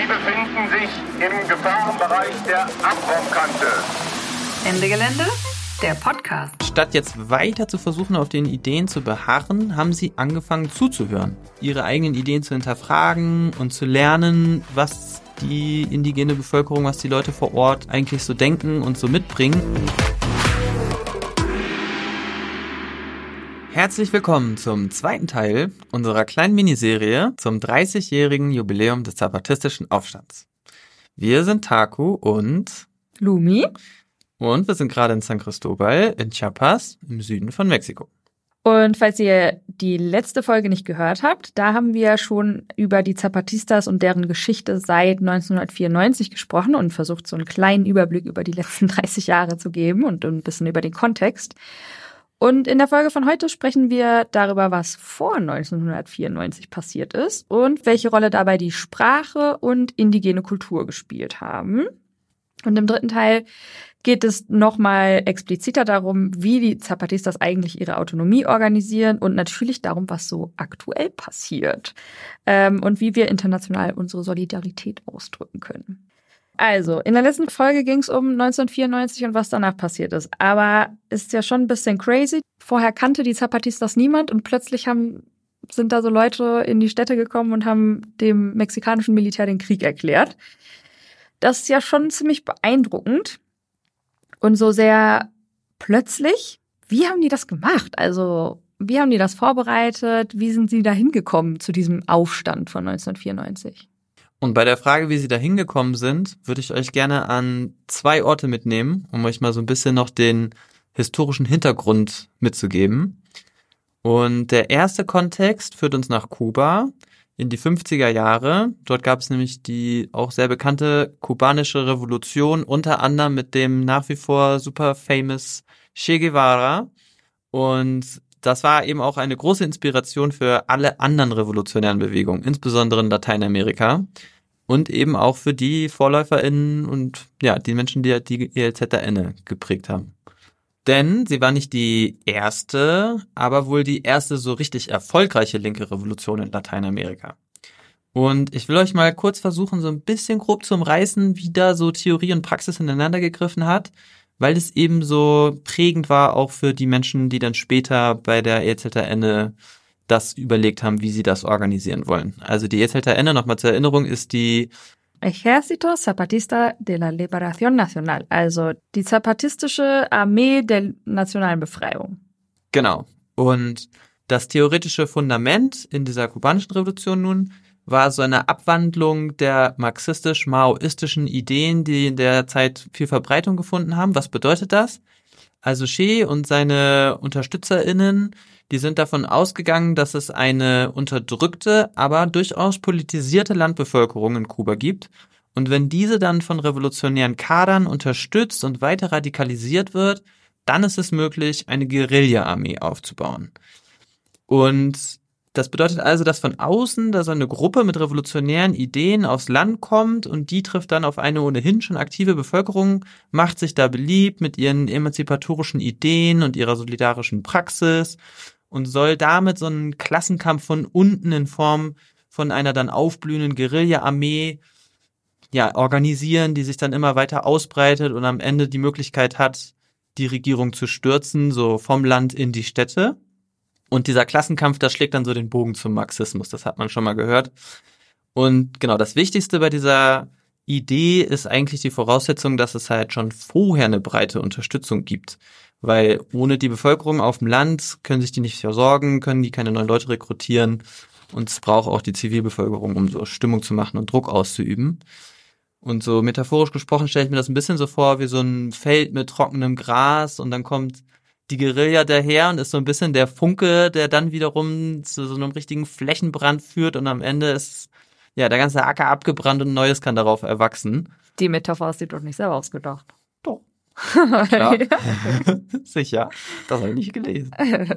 befinden sich im Gefahrenbereich der Abraumkante. Ende Gelände, der Podcast. Statt jetzt weiter zu versuchen, auf den Ideen zu beharren, haben sie angefangen zuzuhören. Ihre eigenen Ideen zu hinterfragen und zu lernen, was die indigene Bevölkerung, was die Leute vor Ort eigentlich so denken und so mitbringen. Herzlich willkommen zum zweiten Teil unserer kleinen Miniserie zum 30-jährigen Jubiläum des zapatistischen Aufstands. Wir sind Taku und Lumi. Und wir sind gerade in San Cristobal in Chiapas im Süden von Mexiko. Und falls ihr die letzte Folge nicht gehört habt, da haben wir schon über die Zapatistas und deren Geschichte seit 1994 gesprochen und versucht, so einen kleinen Überblick über die letzten 30 Jahre zu geben und ein bisschen über den Kontext. Und in der Folge von heute sprechen wir darüber, was vor 1994 passiert ist und welche Rolle dabei die Sprache und indigene Kultur gespielt haben. Und im dritten Teil geht es nochmal expliziter darum, wie die Zapatistas eigentlich ihre Autonomie organisieren und natürlich darum, was so aktuell passiert und wie wir international unsere Solidarität ausdrücken können. Also, in der letzten Folge ging es um 1994 und was danach passiert ist. Aber ist ja schon ein bisschen crazy. Vorher kannte die Zapatistas niemand und plötzlich sind da so Leute in die Städte gekommen und haben dem mexikanischen Militär den Krieg erklärt. Das ist ja schon ziemlich beeindruckend und so sehr plötzlich. Wie haben die das gemacht? Also, wie haben die das vorbereitet? Wie sind sie da hingekommen zu diesem Aufstand von 1994? Und bei der Frage, wie sie da hingekommen sind, würde ich euch gerne an 2 Orte mitnehmen, um euch mal so ein bisschen noch den historischen Hintergrund mitzugeben. Und der erste Kontext führt uns nach Kuba in die 50er Jahre. Dort gab es nämlich die auch sehr bekannte kubanische Revolution, unter anderem mit dem nach wie vor super famous Che Guevara. Und das war eben auch eine große Inspiration für alle anderen revolutionären Bewegungen, insbesondere in Lateinamerika und eben auch für die VorläuferInnen und ja, die Menschen, die die ELZerInnen geprägt haben. Denn sie war nicht die erste, aber wohl die erste so richtig erfolgreiche linke Revolution in Lateinamerika. Und ich will euch mal kurz versuchen, so ein bisschen grob zu umreißen, wie da so Theorie und Praxis ineinander gegriffen hat, weil es eben so prägend war auch für die Menschen, die dann später bei der ELZN das überlegt haben, wie sie das organisieren wollen. Also die ELZN, nochmal zur Erinnerung, ist die Ejército Zapatista de la Liberación Nacional, also die zapatistische Armee der nationalen Befreiung. Genau. Und das theoretische Fundament in dieser kubanischen Revolution nun war so eine Abwandlung der marxistisch-maoistischen Ideen, die in der Zeit viel Verbreitung gefunden haben. Was bedeutet das? Also Che und seine UnterstützerInnen, die sind davon ausgegangen, dass es eine unterdrückte, aber durchaus politisierte Landbevölkerung in Kuba gibt. Und wenn diese dann von revolutionären Kadern unterstützt und weiter radikalisiert wird, dann ist es möglich, eine Guerilla-Armee aufzubauen. Und das bedeutet also, dass von außen da so eine Gruppe mit revolutionären Ideen aufs Land kommt und die trifft dann auf eine ohnehin schon aktive Bevölkerung, macht sich da beliebt mit ihren emanzipatorischen Ideen und ihrer solidarischen Praxis und soll damit so einen Klassenkampf von unten in Form von einer dann aufblühenden Guerilla-Armee ja, organisieren, die sich dann immer weiter ausbreitet und am Ende die Möglichkeit hat, die Regierung zu stürzen, so vom Land in die Städte. Und dieser Klassenkampf, das schlägt dann so den Bogen zum Marxismus, das hat man schon mal gehört. Und genau, das Wichtigste bei dieser Idee ist eigentlich die Voraussetzung, dass es halt schon vorher eine breite Unterstützung gibt. Weil ohne die Bevölkerung auf dem Land können sich die nicht versorgen, können die keine neuen Leute rekrutieren. Und es braucht auch die Zivilbevölkerung, um so Stimmung zu machen und Druck auszuüben. Und so metaphorisch gesprochen stelle ich mir das ein bisschen so vor wie so ein Feld mit trockenem Gras und dann kommt die Guerilla daher und ist so ein bisschen der Funke, der dann wiederum zu so einem richtigen Flächenbrand führt und am Ende ist ja der ganze Acker abgebrannt und Neues kann darauf erwachsen. Die Metapher hast du doch nicht selber ausgedacht. Doch. Klar. Sicher. Das habe ich nicht gelesen.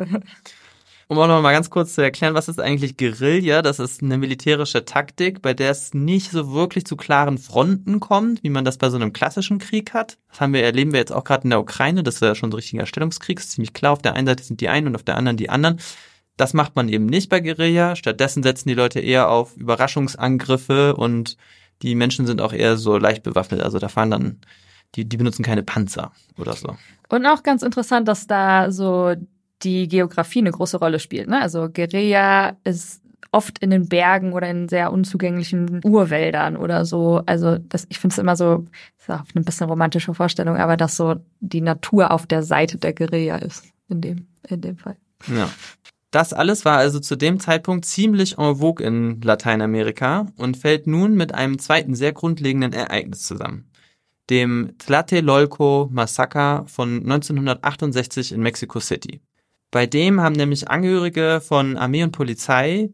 Um auch noch mal ganz kurz zu erklären, was ist eigentlich Guerilla? Das ist eine militärische Taktik, bei der es nicht so wirklich zu klaren Fronten kommt, wie man das bei so einem klassischen Krieg hat. Das erleben wir jetzt auch gerade in der Ukraine. Das ist ja schon so ein richtiger Stellungskrieg. Das ist ziemlich klar. Auf der einen Seite sind die einen und auf der anderen die anderen. Das macht man eben nicht bei Guerilla. Stattdessen setzen die Leute eher auf Überraschungsangriffe und die Menschen sind auch eher so leicht bewaffnet. Also da fahren dann, die benutzen keine Panzer oder so. Und auch ganz interessant, dass da so die Geografie eine große Rolle spielt, ne? Also Guerilla ist oft in den Bergen oder in sehr unzugänglichen Urwäldern oder so. Also ich finde es immer so, ist auch eine bisschen romantische Vorstellung, aber dass so die Natur auf der Seite der Guerilla ist in dem Fall. Ja. Das alles war also zu dem Zeitpunkt ziemlich en vogue in Lateinamerika und fällt nun mit einem zweiten sehr grundlegenden Ereignis zusammen. Dem Tlatelolco-Massaker von 1968 in Mexico City. Bei dem haben nämlich Angehörige von Armee und Polizei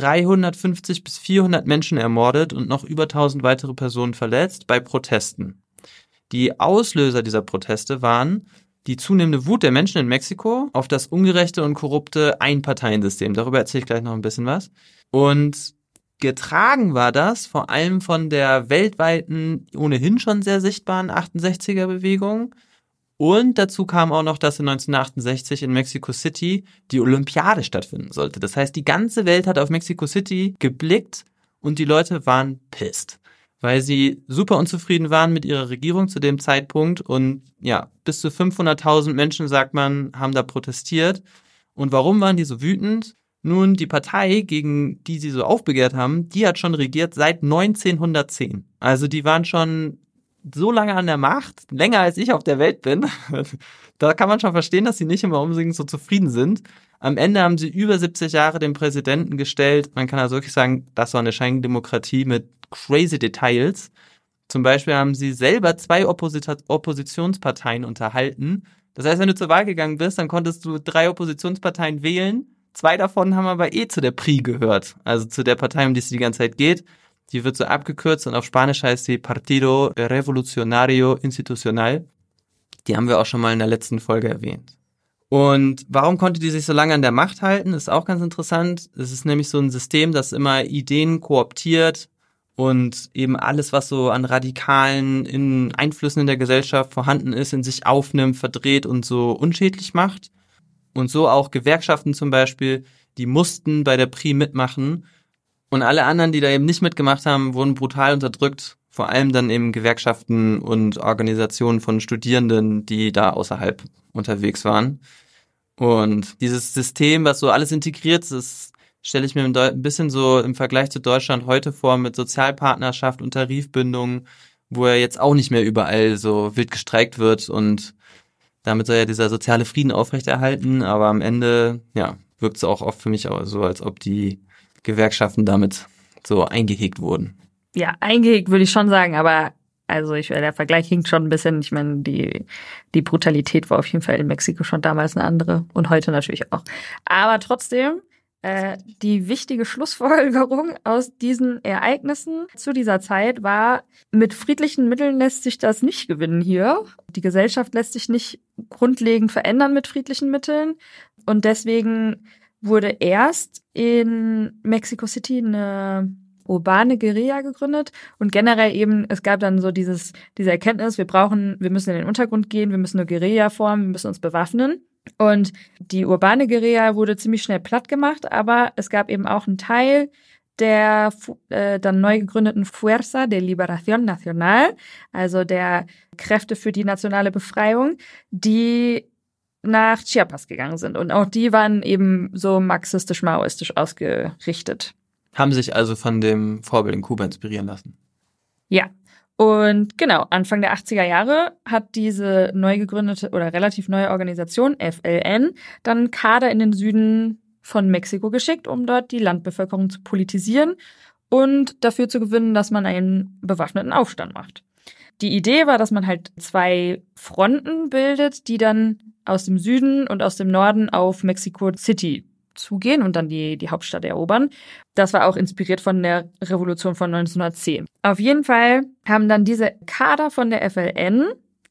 350 bis 400 Menschen ermordet und noch über 1000 weitere Personen verletzt bei Protesten. Die Auslöser dieser Proteste waren die zunehmende Wut der Menschen in Mexiko auf das ungerechte und korrupte Einparteiensystem. Darüber erzähle ich gleich noch ein bisschen was. Und getragen war das vor allem von der weltweiten, ohnehin schon sehr sichtbaren 68er-Bewegung. Und dazu kam auch noch, dass in 1968 in Mexico City die Olympiade stattfinden sollte. Das heißt, die ganze Welt hat auf Mexico City geblickt und die Leute waren pissed, weil sie super unzufrieden waren mit ihrer Regierung zu dem Zeitpunkt. Und ja, bis zu 500.000 Menschen, sagt man, haben da protestiert. Und warum waren die so wütend? Nun, die Partei, gegen die sie so aufbegehrt haben, die hat schon regiert seit 1910. Also die waren schon so lange an der Macht, länger als ich auf der Welt bin. Da kann man schon verstehen, dass sie nicht immer unbedingt so zufrieden sind. Am Ende haben sie über 70 Jahre den Präsidenten gestellt. Man kann also wirklich sagen, das war eine Scheindemokratie mit crazy Details. Zum Beispiel haben sie selber 2 Oppositionsparteien unterhalten. Das heißt, wenn du zur Wahl gegangen bist, dann konntest du 3 Oppositionsparteien wählen. 2 davon haben aber zu der PRI gehört. Also zu der Partei, um die es die ganze Zeit geht. Die wird so abgekürzt und auf Spanisch heißt sie Partido Revolucionario Institucional. Die haben wir auch schon mal in der letzten Folge erwähnt. Und warum konnte die sich so lange an der Macht halten, ist auch ganz interessant. Es ist nämlich so ein System, das immer Ideen kooptiert und eben alles, was so an radikalen Einflüssen in der Gesellschaft vorhanden ist, in sich aufnimmt, verdreht und so unschädlich macht. Und so auch Gewerkschaften zum Beispiel, die mussten bei der PRI mitmachen. Und alle anderen, die da eben nicht mitgemacht haben, wurden brutal unterdrückt. Vor allem dann eben Gewerkschaften und Organisationen von Studierenden, die da außerhalb unterwegs waren. Und dieses System, was so alles integriert ist, stelle ich mir ein bisschen so im Vergleich zu Deutschland heute vor mit Sozialpartnerschaft und Tarifbindung, wo ja jetzt auch nicht mehr überall so wild gestreikt wird. Und damit soll ja dieser soziale Frieden aufrechterhalten. Aber am Ende, ja, wirkt es auch oft für mich auch so, als ob die Gewerkschaften damit so eingehegt wurden. Ja, eingehegt würde ich schon sagen, aber also der Vergleich hinkt schon ein bisschen. Ich meine, die Brutalität war auf jeden Fall in Mexiko schon damals eine andere und heute natürlich auch. Aber trotzdem, die wichtige Schlussfolgerung aus diesen Ereignissen zu dieser Zeit war, mit friedlichen Mitteln lässt sich das nicht gewinnen hier. Die Gesellschaft lässt sich nicht grundlegend verändern mit friedlichen Mitteln. Und deswegen wurde erst in Mexico City eine urbane Guerilla gegründet und generell eben, es gab dann so diese Erkenntnis, wir müssen in den Untergrund gehen, wir müssen eine Guerilla formen, wir müssen uns bewaffnen. Und die urbane Guerilla wurde ziemlich schnell platt gemacht, aber es gab eben auch einen Teil der dann neu gegründeten Fuerza de Liberación Nacional, also der Kräfte für die nationale Befreiung, die nach Chiapas gegangen sind. Und auch die waren eben so marxistisch-maoistisch ausgerichtet. Haben sich also von dem Vorbild in Kuba inspirieren lassen. Ja. Und genau, Anfang der 80er Jahre hat diese neu gegründete oder relativ neue Organisation, FLN, dann Kader in den Süden von Mexiko geschickt, um dort die Landbevölkerung zu politisieren und dafür zu gewinnen, dass man einen bewaffneten Aufstand macht. Die Idee war, dass man halt 2 Fronten bildet, die dann aus dem Süden und aus dem Norden auf Mexico City zugehen und dann die Hauptstadt erobern. Das war auch inspiriert von der Revolution von 1910. Auf jeden Fall haben dann diese Kader von der FLN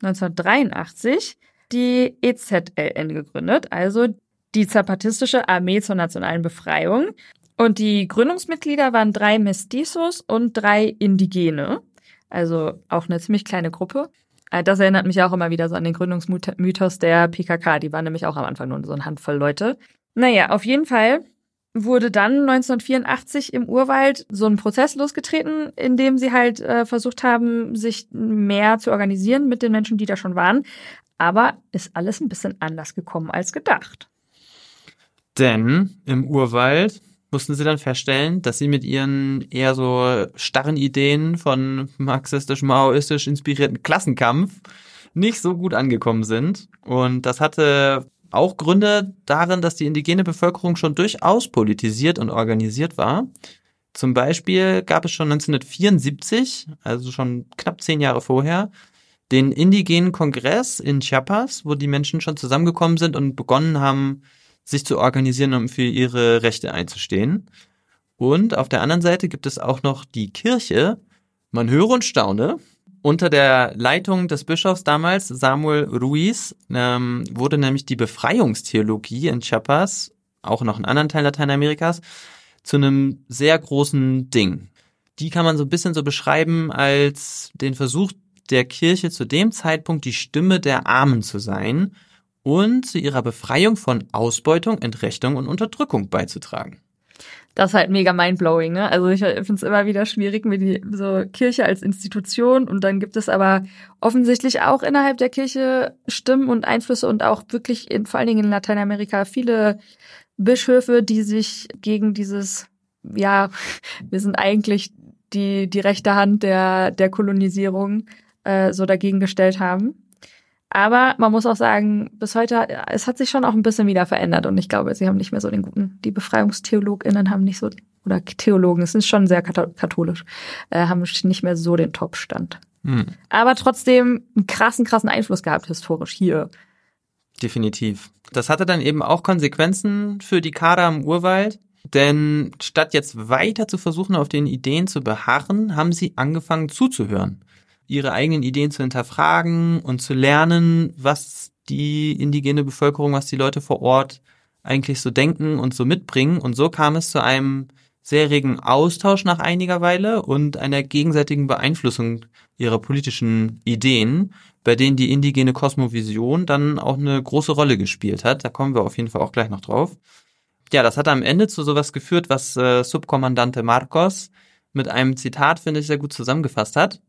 1983 die EZLN gegründet, also die Zapatistische Armee zur nationalen Befreiung. Und die Gründungsmitglieder waren 3 Mestizos und 3 Indigene, also auch eine ziemlich kleine Gruppe. Das erinnert mich auch immer wieder so an den Gründungsmythos der PKK. Die waren nämlich auch am Anfang nur so eine Handvoll Leute. Naja, auf jeden Fall wurde dann 1984 im Urwald so ein Prozess losgetreten, in dem sie halt versucht haben, sich mehr zu organisieren mit den Menschen, die da schon waren. Aber ist alles ein bisschen anders gekommen als gedacht. Denn im Urwald mussten sie dann feststellen, dass sie mit ihren eher so starren Ideen von marxistisch-maoistisch inspirierten Klassenkampf nicht so gut angekommen sind. Und das hatte auch Gründe darin, dass die indigene Bevölkerung schon durchaus politisiert und organisiert war. Zum Beispiel gab es schon 1974, also schon knapp 10 Jahre vorher, den indigenen Kongress in Chiapas, wo die Menschen schon zusammengekommen sind und begonnen haben, sich zu organisieren, um für ihre Rechte einzustehen. Und auf der anderen Seite gibt es auch noch die Kirche. Man höre und staune. Unter der Leitung des Bischofs damals, Samuel Ruiz, wurde nämlich die Befreiungstheologie in Chiapas, auch noch in anderen Teilen Lateinamerikas, zu einem sehr großen Ding. Die kann man so ein bisschen so beschreiben als den Versuch der Kirche zu dem Zeitpunkt die Stimme der Armen zu sein und zu ihrer Befreiung von Ausbeutung, Entrechtung und Unterdrückung beizutragen. Das ist halt mega mindblowing, ne? Also ich finde es immer wieder schwierig mit die so Kirche als Institution und dann gibt es aber offensichtlich auch innerhalb der Kirche Stimmen und Einflüsse und auch wirklich vor allen Dingen in Lateinamerika viele Bischöfe, die sich gegen dieses, ja, wir sind eigentlich die rechte Hand der Kolonisierung so dagegen gestellt haben. Aber man muss auch sagen, bis heute, es hat sich schon auch ein bisschen wieder verändert und ich glaube, sie haben nicht mehr so die BefreiungstheologInnen haben nicht so, oder Theologen, es ist schon sehr katholisch, haben nicht mehr so den Top-Stand. Aber trotzdem einen krassen Einfluss gehabt historisch hier. Definitiv. Das hatte dann eben auch Konsequenzen für die Kader im Urwald, denn statt jetzt weiter zu versuchen, auf den Ideen zu beharren, haben sie angefangen zuzuhören, ihre eigenen Ideen zu hinterfragen und zu lernen, was die indigene Bevölkerung, was die Leute vor Ort eigentlich so denken und so mitbringen. Und so kam es zu einem sehr regen Austausch nach einiger Weile und einer gegenseitigen Beeinflussung ihrer politischen Ideen, bei denen die indigene Kosmovision dann auch eine große Rolle gespielt hat. Da kommen wir auf jeden Fall auch gleich noch drauf. Ja, das hat am Ende zu sowas geführt, was Subkommandante Marcos mit einem Zitat, finde ich, sehr gut zusammengefasst hat.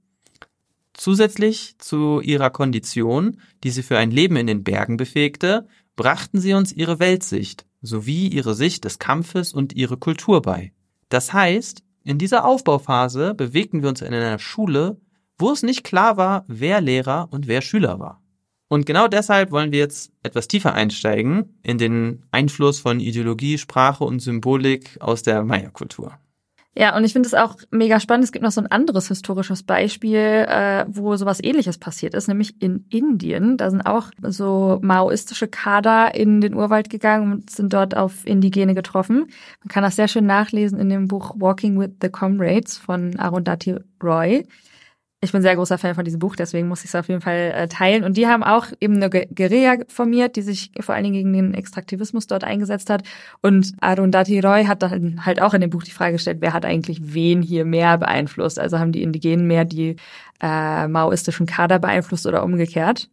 Zusätzlich zu ihrer Kondition, die sie für ein Leben in den Bergen befähigte, brachten sie uns ihre Weltsicht sowie ihre Sicht des Kampfes und ihre Kultur bei. Das heißt, in dieser Aufbauphase bewegten wir uns in einer Schule, wo es nicht klar war, wer Lehrer und wer Schüler war. Und genau deshalb wollen wir jetzt etwas tiefer einsteigen in den Einfluss von Ideologie, Sprache und Symbolik aus der Maya-Kultur. Ja, und ich finde es auch mega spannend. Es gibt noch so ein anderes historisches Beispiel, wo sowas Ähnliches passiert ist, nämlich in Indien. Da sind auch so maoistische Kader in den Urwald gegangen und sind dort auf Indigene getroffen. Man kann das sehr schön nachlesen in dem Buch Walking with the Comrades von Arundhati Roy. Ich bin sehr großer Fan von diesem Buch, deswegen muss ich es auf jeden Fall teilen. Und die haben auch eben eine Guerilla formiert, die sich vor allen Dingen gegen den Extraktivismus dort eingesetzt hat. Und Arundhati Roy hat dann halt auch in dem Buch die Frage gestellt, wer hat eigentlich wen hier mehr beeinflusst? Also haben die Indigenen mehr die maoistischen Kader beeinflusst oder umgekehrt?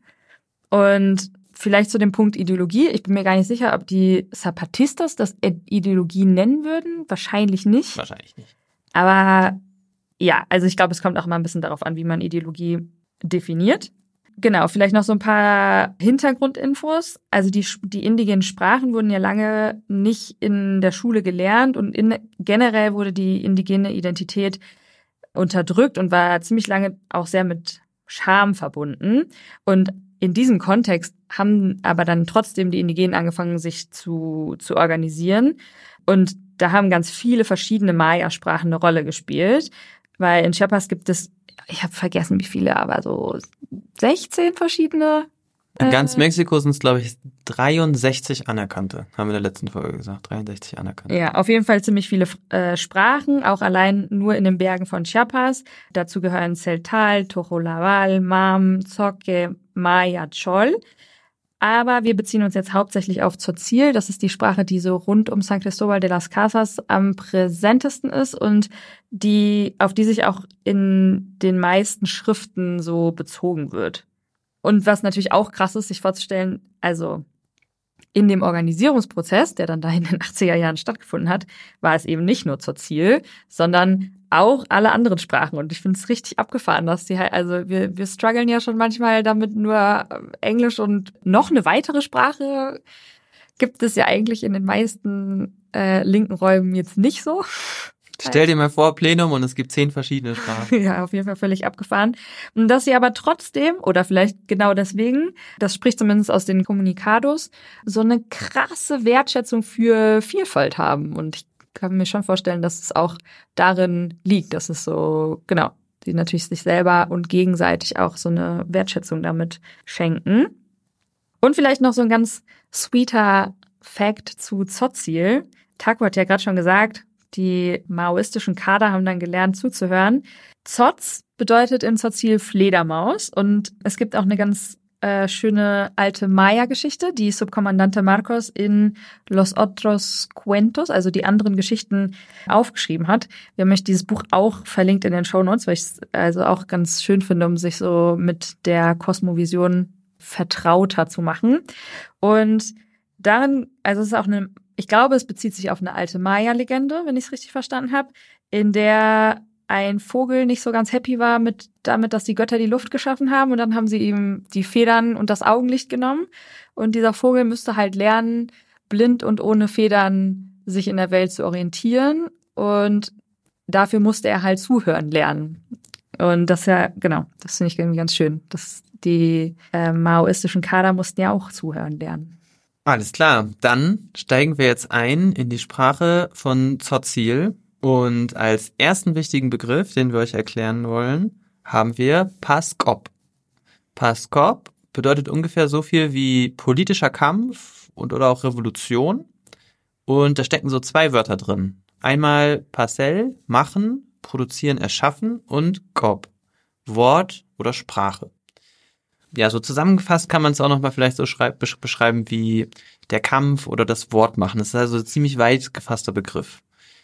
Und vielleicht zu dem Punkt Ideologie. Ich bin mir gar nicht sicher, ob die Zapatistas das Ideologie nennen würden. Wahrscheinlich nicht. Wahrscheinlich nicht. Aber ja, also ich glaube, es kommt auch immer ein bisschen darauf an, wie man Ideologie definiert. Genau, vielleicht noch so ein paar Hintergrundinfos. Also die indigenen Sprachen wurden ja lange nicht in der Schule gelernt und generell wurde die indigene Identität unterdrückt und war ziemlich lange auch sehr mit Scham verbunden. Und in diesem Kontext haben aber dann trotzdem die Indigenen angefangen, sich zu organisieren. Und da haben ganz viele verschiedene Maya-Sprachen eine Rolle gespielt. Weil in Chiapas gibt es, ich habe vergessen wie viele, aber so 16 verschiedene. In ganz Mexiko sind es, glaube ich, 63 anerkannte, haben wir in der letzten Folge gesagt, 63 anerkannte. Ja, auf jeden Fall ziemlich viele Sprachen, auch allein nur in den Bergen von Chiapas. Dazu gehören Celtal, Tojolabal, Mam, Zoque, Maya, Chol. Aber wir beziehen uns jetzt hauptsächlich auf Tzotzil. Das ist die Sprache, die so rund um San Cristóbal de las Casas am präsentesten ist und auf die sich auch in den meisten Schriften so bezogen wird. Und was natürlich auch krass ist, sich vorzustellen, also in dem Organisierungsprozess, der dann da in den 80er Jahren stattgefunden hat, war es eben nicht nur Tzotzil, sondern auch alle anderen Sprachen. Und ich finde es richtig abgefahren, dass die halt, also wir strugglen ja schon manchmal damit, nur Englisch und noch eine weitere Sprache gibt es ja eigentlich in den meisten linken Räumen jetzt nicht so. Stell dir mal vor, Plenum, und es gibt 10 verschiedene Sprachen. Ja, auf jeden Fall völlig abgefahren. Und dass sie aber trotzdem, oder vielleicht genau deswegen, das spricht zumindest aus den Communicados, so eine krasse Wertschätzung für Vielfalt haben. Und ich kann mir schon vorstellen, dass es auch darin liegt, dass es so, genau, die natürlich sich selber und gegenseitig auch so eine Wertschätzung damit schenken. Und vielleicht noch so ein ganz sweeter Fact zu Tzotzil. Taco hat ja gerade schon gesagt, die maoistischen Kader haben dann gelernt zuzuhören. Tzotz bedeutet in Tzotzil Fledermaus und es gibt auch eine ganz schöne alte Maya-Geschichte, die Subkommandante Marcos in Los Otros Cuentos, also die anderen Geschichten, aufgeschrieben hat. Wir haben euch dieses Buch auch verlinkt in den Shownotes, weil ich es also auch ganz schön finde, um sich so mit der Kosmovision vertrauter zu machen. Und darin, also es ist auch eine, ich glaube, es bezieht sich auf eine alte Maya-Legende, wenn ich es richtig verstanden habe, in der ein Vogel nicht so ganz happy war damit, dass die Götter die Luft geschaffen haben und dann haben sie ihm die Federn und das Augenlicht genommen und dieser Vogel müsste halt lernen, blind und ohne Federn sich in der Welt zu orientieren und dafür musste er halt zuhören lernen. Und das ja, genau, das finde ich irgendwie ganz schön, dass die maoistischen Kader mussten ja auch zuhören lernen. Alles klar, dann steigen wir jetzt ein in die Sprache von Tzotzil und als ersten wichtigen Begriff, den wir euch erklären wollen, haben wir Paskop. Paskop bedeutet ungefähr so viel wie politischer Kampf oder auch Revolution und da stecken so 2 Wörter drin. Einmal Pasel, machen, produzieren, erschaffen und Kop, Wort oder Sprache. Ja, so zusammengefasst kann man es auch nochmal vielleicht so beschreiben wie der Kampf oder das Wort machen. Das ist also ein ziemlich weit gefasster Begriff.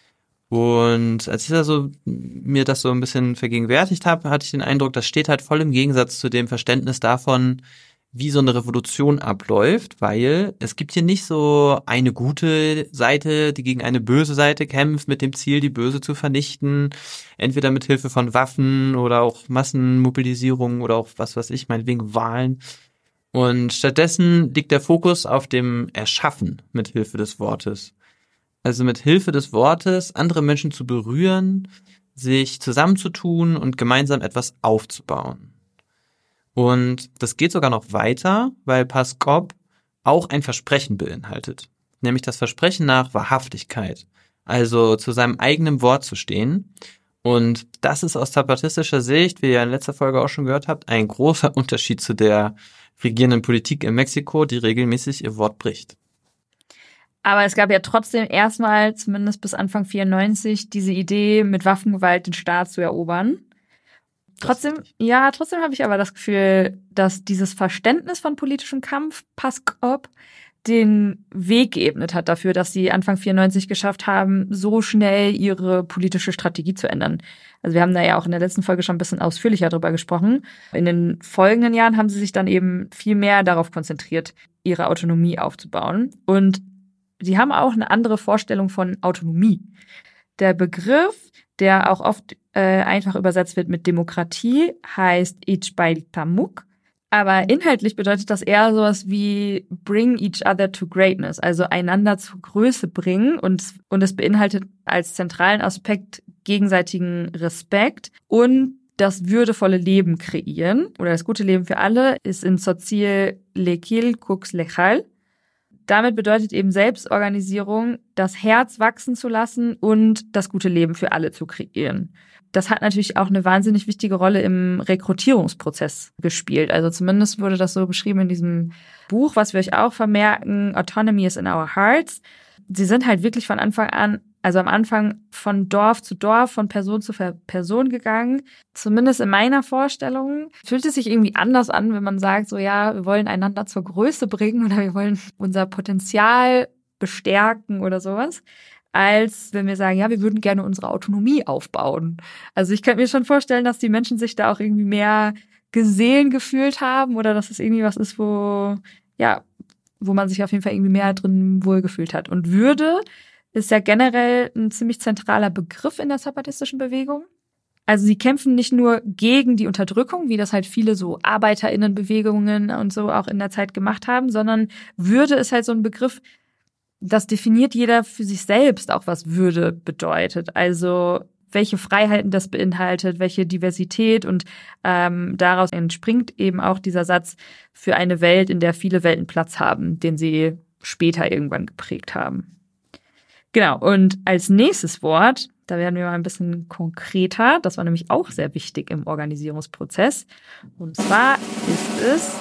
Und als ich mir das so ein bisschen vergegenwärtigt habe, hatte ich den Eindruck, das steht halt voll im Gegensatz zu dem Verständnis davon, wie so eine Revolution abläuft, weil es gibt hier nicht so eine gute Seite, die gegen eine böse Seite kämpft, mit dem Ziel, die Böse zu vernichten, entweder mit Hilfe von Waffen oder auch Massenmobilisierung oder auch was weiß ich, meinetwegen Wahlen. Und stattdessen liegt der Fokus auf dem Erschaffen mit Hilfe des Wortes. Also mit Hilfe des Wortes andere Menschen zu berühren, sich zusammenzutun und gemeinsam etwas aufzubauen. Und das geht sogar noch weiter, weil Paskop auch ein Versprechen beinhaltet, nämlich das Versprechen nach Wahrhaftigkeit, also zu seinem eigenen Wort zu stehen. Und das ist aus zapatistischer Sicht, wie ihr in letzter Folge auch schon gehört habt, ein großer Unterschied zu der regierenden Politik in Mexiko, die regelmäßig ihr Wort bricht. Aber es gab ja trotzdem erstmal, zumindest bis Anfang 94, diese Idee, mit Waffengewalt den Staat zu erobern. Trotzdem habe ich aber das Gefühl, dass dieses Verständnis von politischem Kampf, Paskop, den Weg geebnet hat dafür, dass sie Anfang 94 geschafft haben, so schnell ihre politische Strategie zu ändern. Also wir haben da ja auch in der letzten Folge schon ein bisschen ausführlicher drüber gesprochen. In den folgenden Jahren haben sie sich dann eben viel mehr darauf konzentriert, ihre Autonomie aufzubauen. Und sie haben auch eine andere Vorstellung von Autonomie. Der Begriff, der auch oft einfach übersetzt wird mit Demokratie, heißt Ixpailtamuk. Aber inhaltlich bedeutet das eher sowas wie bring each other to greatness, also einander zur Größe bringen. Und es beinhaltet als zentralen Aspekt gegenseitigen Respekt und das würdevolle Leben kreieren oder das gute Leben für alle ist in Tzotzil Lekil Kux Lechal. Damit bedeutet eben Selbstorganisierung, das Herz wachsen zu lassen und das gute Leben für alle zu kreieren. Das hat natürlich auch eine wahnsinnig wichtige Rolle im Rekrutierungsprozess gespielt. Also zumindest wurde das so beschrieben in diesem Buch, was wir euch auch vermerken, Autonomy is in our hearts. Sie sind halt wirklich von Anfang an, also am Anfang von Dorf zu Dorf, von Person zu Person gegangen. Zumindest in meiner Vorstellung fühlt es sich irgendwie anders an, wenn man sagt, so ja, wir wollen einander zur Größe bringen oder wir wollen unser Potenzial bestärken oder sowas, als wenn wir sagen, ja, wir würden gerne unsere Autonomie aufbauen. Also ich könnte mir schon vorstellen, dass die Menschen sich da auch irgendwie mehr gesehen gefühlt haben oder dass es irgendwie was ist, wo wo man sich auf jeden Fall irgendwie mehr drin wohlgefühlt hat. Und Würde ist ja generell ein ziemlich zentraler Begriff in der zapatistischen Bewegung. Also sie kämpfen nicht nur gegen die Unterdrückung, wie das halt viele so ArbeiterInnenbewegungen und so auch in der Zeit gemacht haben, sondern Würde ist halt so ein Begriff, das definiert jeder für sich selbst auch, was Würde bedeutet. Also welche Freiheiten das beinhaltet, welche Diversität und daraus entspringt eben auch dieser Satz für eine Welt, in der viele Welten Platz haben, den sie später irgendwann geprägt haben. Genau, und als nächstes Wort, da werden wir mal ein bisschen konkreter, das war nämlich auch sehr wichtig im Organisierungsprozess, und zwar ist es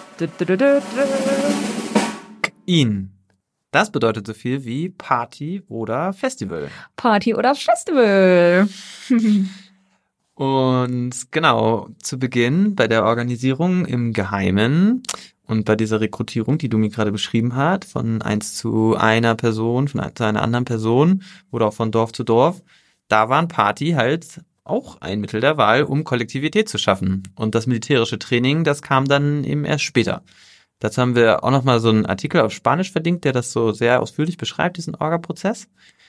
In. Das bedeutet so viel wie Party oder Festival. Party oder Festival. Und genau, zu Beginn bei der Organisierung im Geheimen und bei dieser Rekrutierung, die du mir gerade beschrieben hast, von 1 zu einer Person, von einer zu einer anderen Person oder auch von Dorf zu Dorf, da waren Party halt auch ein Mittel der Wahl, um Kollektivität zu schaffen. Und das militärische Training, das kam dann eben erst später. Dazu haben wir auch nochmal so einen Artikel auf Spanisch verlinkt, der das so sehr ausführlich beschreibt, diesen Orga-Prozess.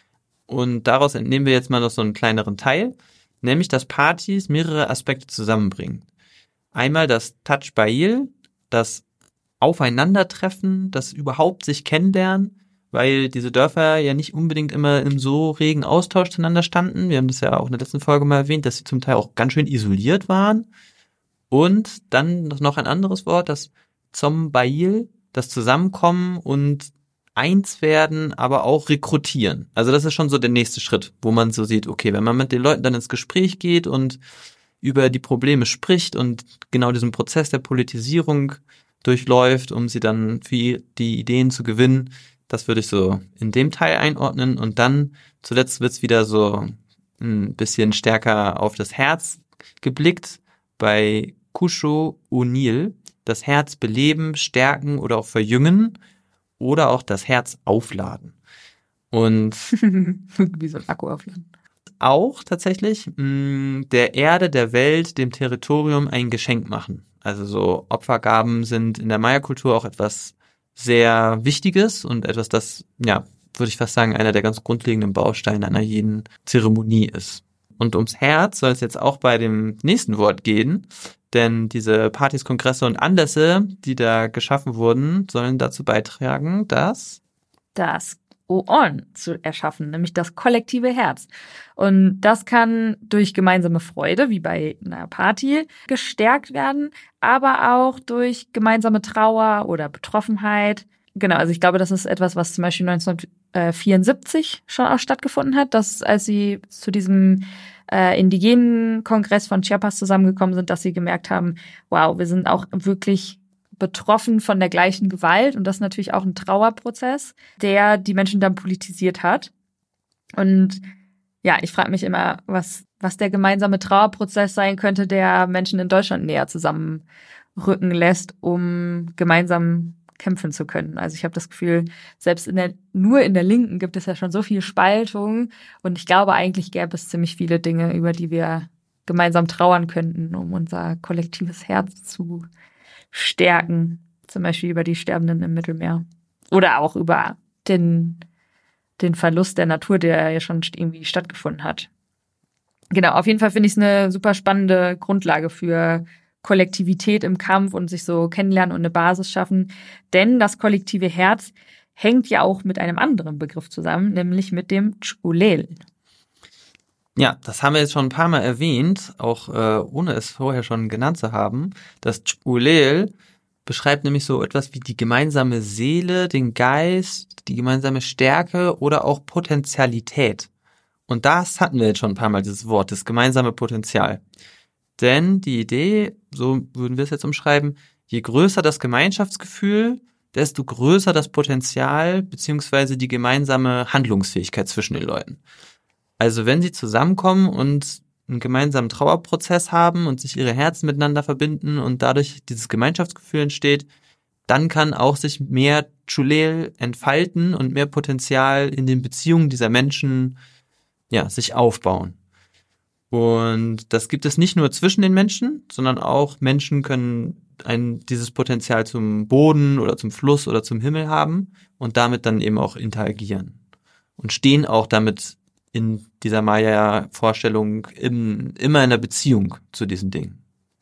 Und daraus entnehmen wir jetzt mal noch so einen kleineren Teil, nämlich, dass Partys mehrere Aspekte zusammenbringen. Einmal das Touch Bail, das Aufeinandertreffen, das überhaupt sich kennenlernen, weil diese Dörfer ja nicht unbedingt immer im so regen Austausch zueinander standen. Wir haben das ja auch in der letzten Folge mal erwähnt, dass sie zum Teil auch ganz schön isoliert waren. Und dann noch ein anderes Wort, das Zombail, das Zusammenkommen und eins werden, aber auch rekrutieren. Also das ist schon so der nächste Schritt, wo man so sieht, okay, wenn man mit den Leuten dann ins Gespräch geht und über die Probleme spricht und genau diesen Prozess der Politisierung durchläuft, um sie dann für die Ideen zu gewinnen, das würde ich so in dem Teil einordnen. Und dann zuletzt wird's wieder so ein bisschen stärker auf das Herz geblickt bei Kusho O'Neill. Das Herz beleben, stärken oder auch verjüngen oder auch das Herz aufladen. Und wie so ein Akku aufladen. Auch tatsächlich der Erde, der Welt, dem Territorium ein Geschenk machen. Also so Opfergaben sind in der Maya-Kultur auch etwas sehr Wichtiges und etwas, das, ja, würde ich fast sagen, einer der ganz grundlegenden Bausteine einer jeden Zeremonie ist. Und ums Herz soll es jetzt auch bei dem nächsten Wort gehen, denn diese Partys, Kongresse und Anlässe, die da geschaffen wurden, sollen dazu beitragen, dass das O'on zu erschaffen, nämlich das kollektive Herz. Und das kann durch gemeinsame Freude, wie bei einer Party, gestärkt werden, aber auch durch gemeinsame Trauer oder Betroffenheit. Genau, also ich glaube, das ist etwas, was zum Beispiel 1974 schon auch stattgefunden hat, dass als sie zu diesem indigenen Kongress von Chiapas zusammengekommen sind, dass sie gemerkt haben, wow, wir sind auch wirklich betroffen von der gleichen Gewalt, und das ist natürlich auch ein Trauerprozess, der die Menschen dann politisiert hat. Und ja, ich frage mich immer, was der gemeinsame Trauerprozess sein könnte, der Menschen in Deutschland näher zusammenrücken lässt, um gemeinsam kämpfen zu können. Also ich habe das Gefühl, selbst nur in der Linken gibt es ja schon so viel Spaltung, und ich glaube, eigentlich gäbe es ziemlich viele Dinge, über die wir gemeinsam trauern könnten, um unser kollektives Herz zu stärken. Zum Beispiel über die Sterbenden im Mittelmeer. Oder auch über den Verlust der Natur, der ja schon irgendwie stattgefunden hat. Genau, auf jeden Fall finde ich es eine super spannende Grundlage für Kollektivität im Kampf und sich so kennenlernen und eine Basis schaffen. Denn das kollektive Herz hängt ja auch mit einem anderen Begriff zusammen, nämlich mit dem Ch'ulel. Ja, das haben wir jetzt schon ein paar Mal erwähnt, auch ohne es vorher schon genannt zu haben. Das Ch'ulel beschreibt nämlich so etwas wie die gemeinsame Seele, den Geist, die gemeinsame Stärke oder auch Potentialität. Und das hatten wir jetzt schon ein paar Mal, dieses Wort, das gemeinsame Potenzial. Denn die Idee, so würden wir es jetzt umschreiben, je größer das Gemeinschaftsgefühl, desto größer das Potenzial bzw. die gemeinsame Handlungsfähigkeit zwischen den Leuten. Also wenn sie zusammenkommen und einen gemeinsamen Trauerprozess haben und sich ihre Herzen miteinander verbinden und dadurch dieses Gemeinschaftsgefühl entsteht, dann kann auch sich mehr Ch'ulel entfalten und mehr Potenzial in den Beziehungen dieser Menschen, ja, sich aufbauen. Und das gibt es nicht nur zwischen den Menschen, sondern auch Menschen können dieses Potenzial zum Boden oder zum Fluss oder zum Himmel haben und damit dann eben auch interagieren. Und stehen auch damit in dieser Maya-Vorstellung immer in einer Beziehung zu diesen Dingen.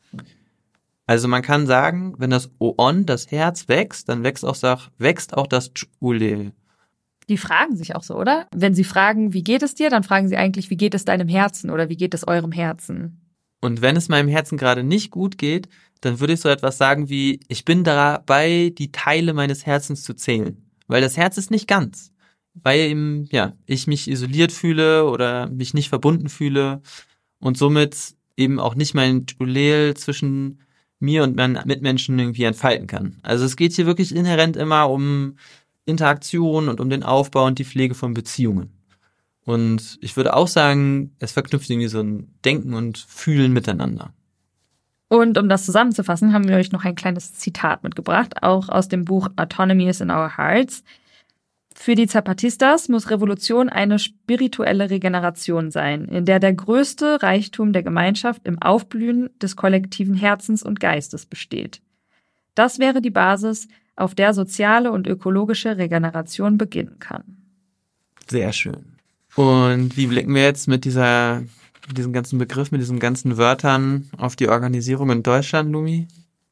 Also man kann sagen, wenn das Oon, das Herz, wächst, dann wächst auch das Ch'ulel. Die fragen sich auch so, oder? Wenn sie fragen, wie geht es dir, dann fragen sie eigentlich, wie geht es deinem Herzen oder wie geht es eurem Herzen? Und wenn es meinem Herzen gerade nicht gut geht, dann würde ich so etwas sagen wie, ich bin dabei, die Teile meines Herzens zu zählen. Weil das Herz ist nicht ganz. Weil eben, ich mich isoliert fühle oder mich nicht verbunden fühle und somit eben auch nicht mein Ch'ulel zwischen mir und meinen Mitmenschen irgendwie entfalten kann. Also es geht hier wirklich inhärent immer um Interaktion und um den Aufbau und die Pflege von Beziehungen. Und ich würde auch sagen, es verknüpft irgendwie so ein Denken und Fühlen miteinander. Und um das zusammenzufassen, haben wir euch noch ein kleines Zitat mitgebracht, auch aus dem Buch Autonomy is in Our Hearts. Für die Zapatistas muss Revolution eine spirituelle Regeneration sein, in der der größte Reichtum der Gemeinschaft im Aufblühen des kollektiven Herzens und Geistes besteht. Das wäre die Basis, auf der soziale und ökologische Regeneration beginnen kann. Sehr schön. Und wie blicken wir jetzt mit diesem ganzen Begriff, mit diesen ganzen Wörtern auf die Organisierung in Deutschland, Lumi?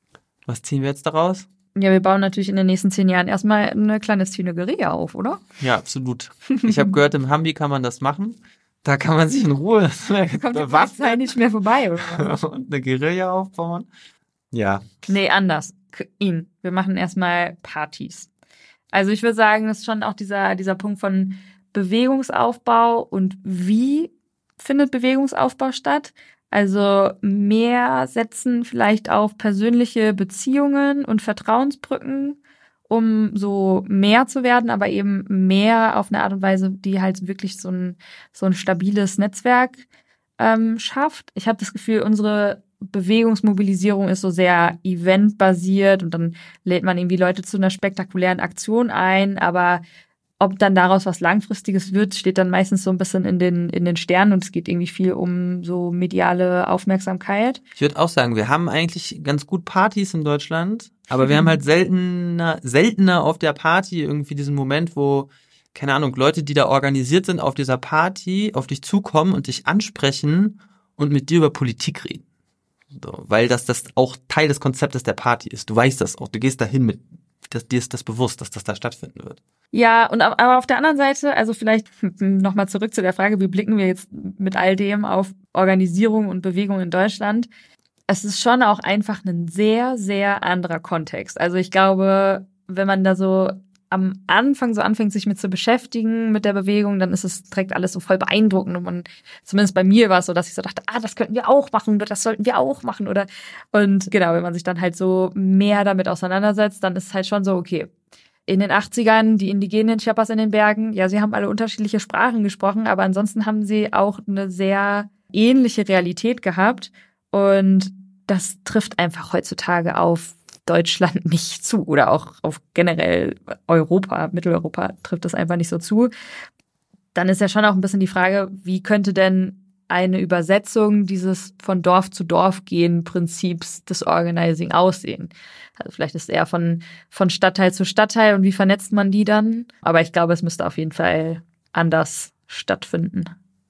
Was ziehen wir jetzt daraus? Ja, wir bauen natürlich in den nächsten 10 Jahren erstmal eine kleine Synagoge auf, oder? Ja, absolut. Ich habe gehört, im Hambi kann man das machen. Da kann man sich in Ruhe kommt die Polizei nicht mehr vorbei, oder? Und eine Guerilla aufbauen. Ja. Nee, anders. Wir machen erstmal Partys. Also ich würde sagen, das ist schon auch dieser Punkt von Bewegungsaufbau und wie findet Bewegungsaufbau statt? Also mehr setzen vielleicht auf persönliche Beziehungen und Vertrauensbrücken, um so mehr zu werden, aber eben mehr auf eine Art und Weise, die halt wirklich so ein stabiles Netzwerk schafft. Ich habe das Gefühl, unsere Bewegungsmobilisierung ist so sehr eventbasiert und dann lädt man irgendwie Leute zu einer spektakulären Aktion ein, aber ob dann daraus was Langfristiges wird, steht dann meistens so ein bisschen in den Sternen und es geht irgendwie viel um so mediale Aufmerksamkeit. Ich würde auch sagen, wir haben eigentlich ganz gut Partys in Deutschland, aber wir haben halt seltener auf der Party irgendwie diesen Moment, wo, keine Ahnung, Leute, die da organisiert sind auf dieser Party, auf dich zukommen und dich ansprechen und mit dir über Politik reden. So, weil das auch Teil des Konzeptes der Party ist. Du weißt das auch, du gehst dahin dir ist das bewusst, dass das da stattfinden wird. Ja, aber auf der anderen Seite, also vielleicht nochmal zurück zu der Frage, wie blicken wir jetzt mit all dem auf Organisierung und Bewegung in Deutschland? Es ist schon auch einfach ein sehr, sehr anderer Kontext. Also ich glaube, wenn man da so am Anfang so anfängt, sich mit zu beschäftigen mit der Bewegung, dann ist es direkt alles so voll beeindruckend und zumindest bei mir war es so, dass ich so dachte, das könnten wir auch machen oder das sollten wir auch machen und genau, wenn man sich dann halt so mehr damit auseinandersetzt, dann ist es halt schon so, okay, in den 80ern, die indigenen Chiapas in den Bergen, ja, sie haben alle unterschiedliche Sprachen gesprochen, aber ansonsten haben sie auch eine sehr ähnliche Realität gehabt und das trifft einfach heutzutage auf Deutschland nicht zu oder auch auf generell Europa, Mitteleuropa trifft das einfach nicht so zu. Dann ist ja schon auch ein bisschen die Frage, wie könnte denn eine Übersetzung dieses von Dorf zu Dorf gehen Prinzips des Organizing aussehen? Also vielleicht ist es eher von Stadtteil zu Stadtteil und wie vernetzt man die dann? Aber ich glaube, es müsste auf jeden Fall anders stattfinden.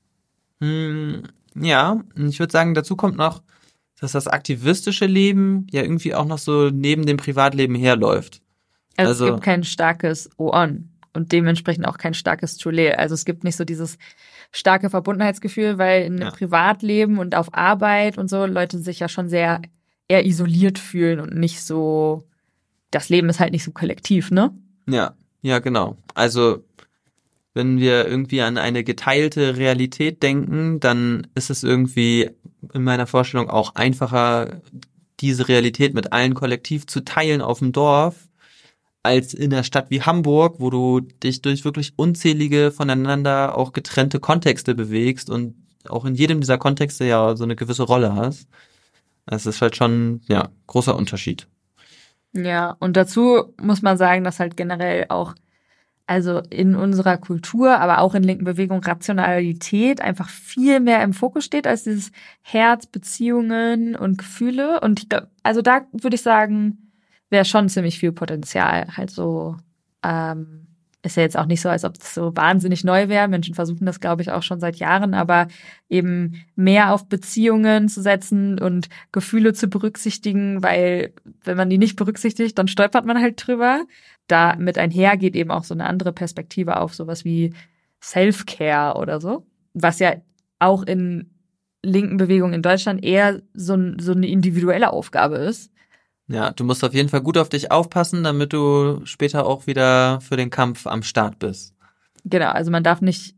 Ja, ich würde sagen, dazu kommt noch, dass das aktivistische Leben ja irgendwie auch noch so neben dem Privatleben herläuft. Also es gibt kein starkes Oon und dementsprechend auch kein starkes Ch'ulel. Also es gibt nicht so dieses starke Verbundenheitsgefühl, weil in dem Privatleben und auf Arbeit und so Leute sich ja schon sehr eher isoliert fühlen und nicht so, das Leben ist halt nicht so kollektiv, ne? Ja, genau. Also wenn wir irgendwie an eine geteilte Realität denken, dann ist es irgendwie in meiner Vorstellung auch einfacher, diese Realität mit allen kollektiv zu teilen auf dem Dorf, als in einer Stadt wie Hamburg, wo du dich durch wirklich unzählige voneinander auch getrennte Kontexte bewegst und auch in jedem dieser Kontexte ja so eine gewisse Rolle hast. Es ist halt schon, großer Unterschied. Ja, und dazu muss man sagen, dass halt generell auch also in unserer Kultur, aber auch in linken Bewegungen Rationalität einfach viel mehr im Fokus steht als dieses Herz, Beziehungen und Gefühle. Und ich glaub, also da würde ich sagen, wäre schon ziemlich viel Potenzial. Halt so, ist ja jetzt auch nicht so, als ob das so wahnsinnig neu wäre. Menschen versuchen das, glaube ich, auch schon seit Jahren, aber eben mehr auf Beziehungen zu setzen und Gefühle zu berücksichtigen, weil wenn man die nicht berücksichtigt, dann stolpert man halt drüber. Da mit einher geht eben auch so eine andere Perspektive auf sowas wie Self-Care oder so, was ja auch in linken Bewegungen in Deutschland eher so eine individuelle Aufgabe ist. Ja, du musst auf jeden Fall gut auf dich aufpassen, damit du später auch wieder für den Kampf am Start bist. Genau, also man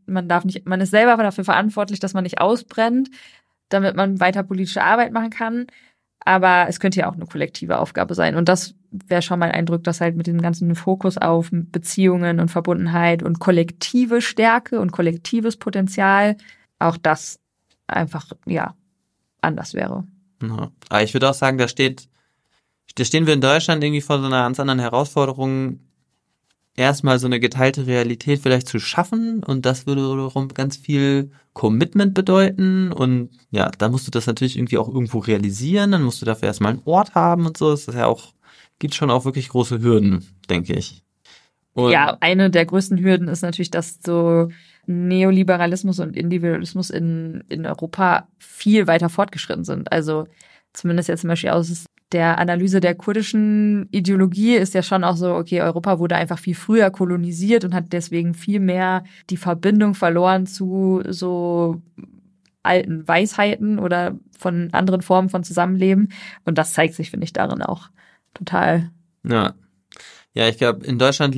ist selber dafür verantwortlich, dass man nicht ausbrennt, damit man weiter politische Arbeit machen kann. Aber es könnte ja auch eine kollektive Aufgabe sein. Und das wäre schon mein Eindruck, dass halt mit dem ganzen Fokus auf Beziehungen und Verbundenheit und kollektive Stärke und kollektives Potenzial auch das einfach, ja, anders wäre. Ja. Aber ich würde auch sagen, da stehen wir in Deutschland irgendwie vor so einer ganz anderen Herausforderung, erstmal so eine geteilte Realität vielleicht zu schaffen, und das würde wiederum ganz viel Commitment bedeuten, und ja, dann musst du das natürlich irgendwie auch irgendwo realisieren, dann musst du dafür erstmal einen Ort haben und so. Das ist ja auch, gibt schon auch wirklich große Hürden, denke ich. Und ja, eine der größten Hürden ist natürlich, dass so Neoliberalismus und Individualismus in Europa viel weiter fortgeschritten sind. Also zumindest jetzt zum Beispiel aus der Analyse der kurdischen Ideologie ist ja schon auch so, okay, Europa wurde einfach viel früher kolonisiert und hat deswegen viel mehr die Verbindung verloren zu so alten Weisheiten oder von anderen Formen von Zusammenleben. Und das zeigt sich, finde ich, darin auch total. Ja, ich glaube, in Deutschland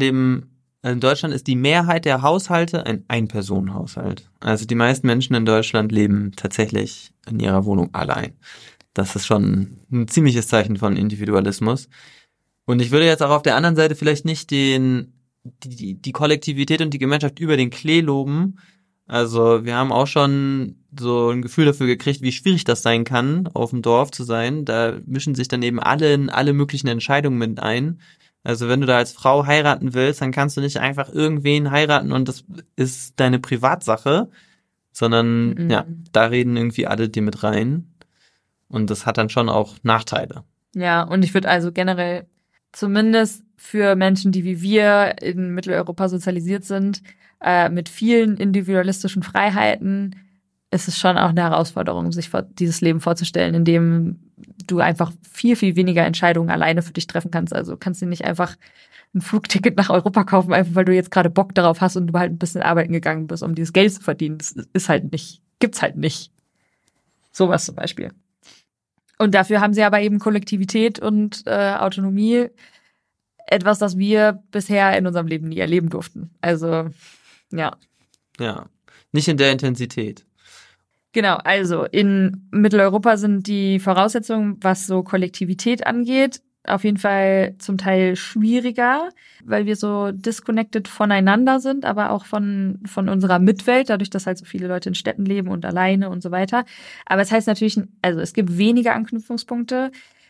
ist die Mehrheit der Haushalte ein Ein-Personen-Haushalt. Also die meisten Menschen in Deutschland leben tatsächlich in ihrer Wohnung allein. Das ist schon ein ziemliches Zeichen von Individualismus. Und ich würde jetzt auch auf der anderen Seite vielleicht nicht die Kollektivität und die Gemeinschaft über den Klee loben. Also wir haben auch schon so ein Gefühl dafür gekriegt, wie schwierig das sein kann, auf dem Dorf zu sein. Da mischen sich dann eben alle in alle möglichen Entscheidungen mit ein. Also wenn du da als Frau heiraten willst, dann kannst du nicht einfach irgendwen heiraten und das ist deine Privatsache, sondern ja, da reden irgendwie alle dir mit rein. Und das hat dann schon auch Nachteile. Ja, und ich würde also generell zumindest für Menschen, die wie wir in Mitteleuropa sozialisiert sind, mit vielen individualistischen Freiheiten, ist es schon auch eine Herausforderung, sich dieses Leben vorzustellen, in dem du einfach viel, viel weniger Entscheidungen alleine für dich treffen kannst. Also kannst du nicht einfach ein Flugticket nach Europa kaufen, einfach weil du jetzt gerade Bock darauf hast und du halt ein bisschen arbeiten gegangen bist, um dieses Geld zu verdienen. Das ist halt nicht, gibt's halt nicht. Sowas zum Beispiel. Und dafür haben sie aber eben Kollektivität und Autonomie, etwas, das wir bisher in unserem Leben nie erleben durften. Also, ja. Ja, nicht in der Intensität. Genau, also in Mitteleuropa sind die Voraussetzungen, was so Kollektivität angeht, auf jeden Fall zum Teil schwieriger, weil wir so disconnected voneinander sind, aber auch von unserer Mitwelt, dadurch, dass halt so viele Leute in Städten leben und alleine und so weiter. Aber es heißt natürlich, also es gibt weniger Anknüpfungspunkte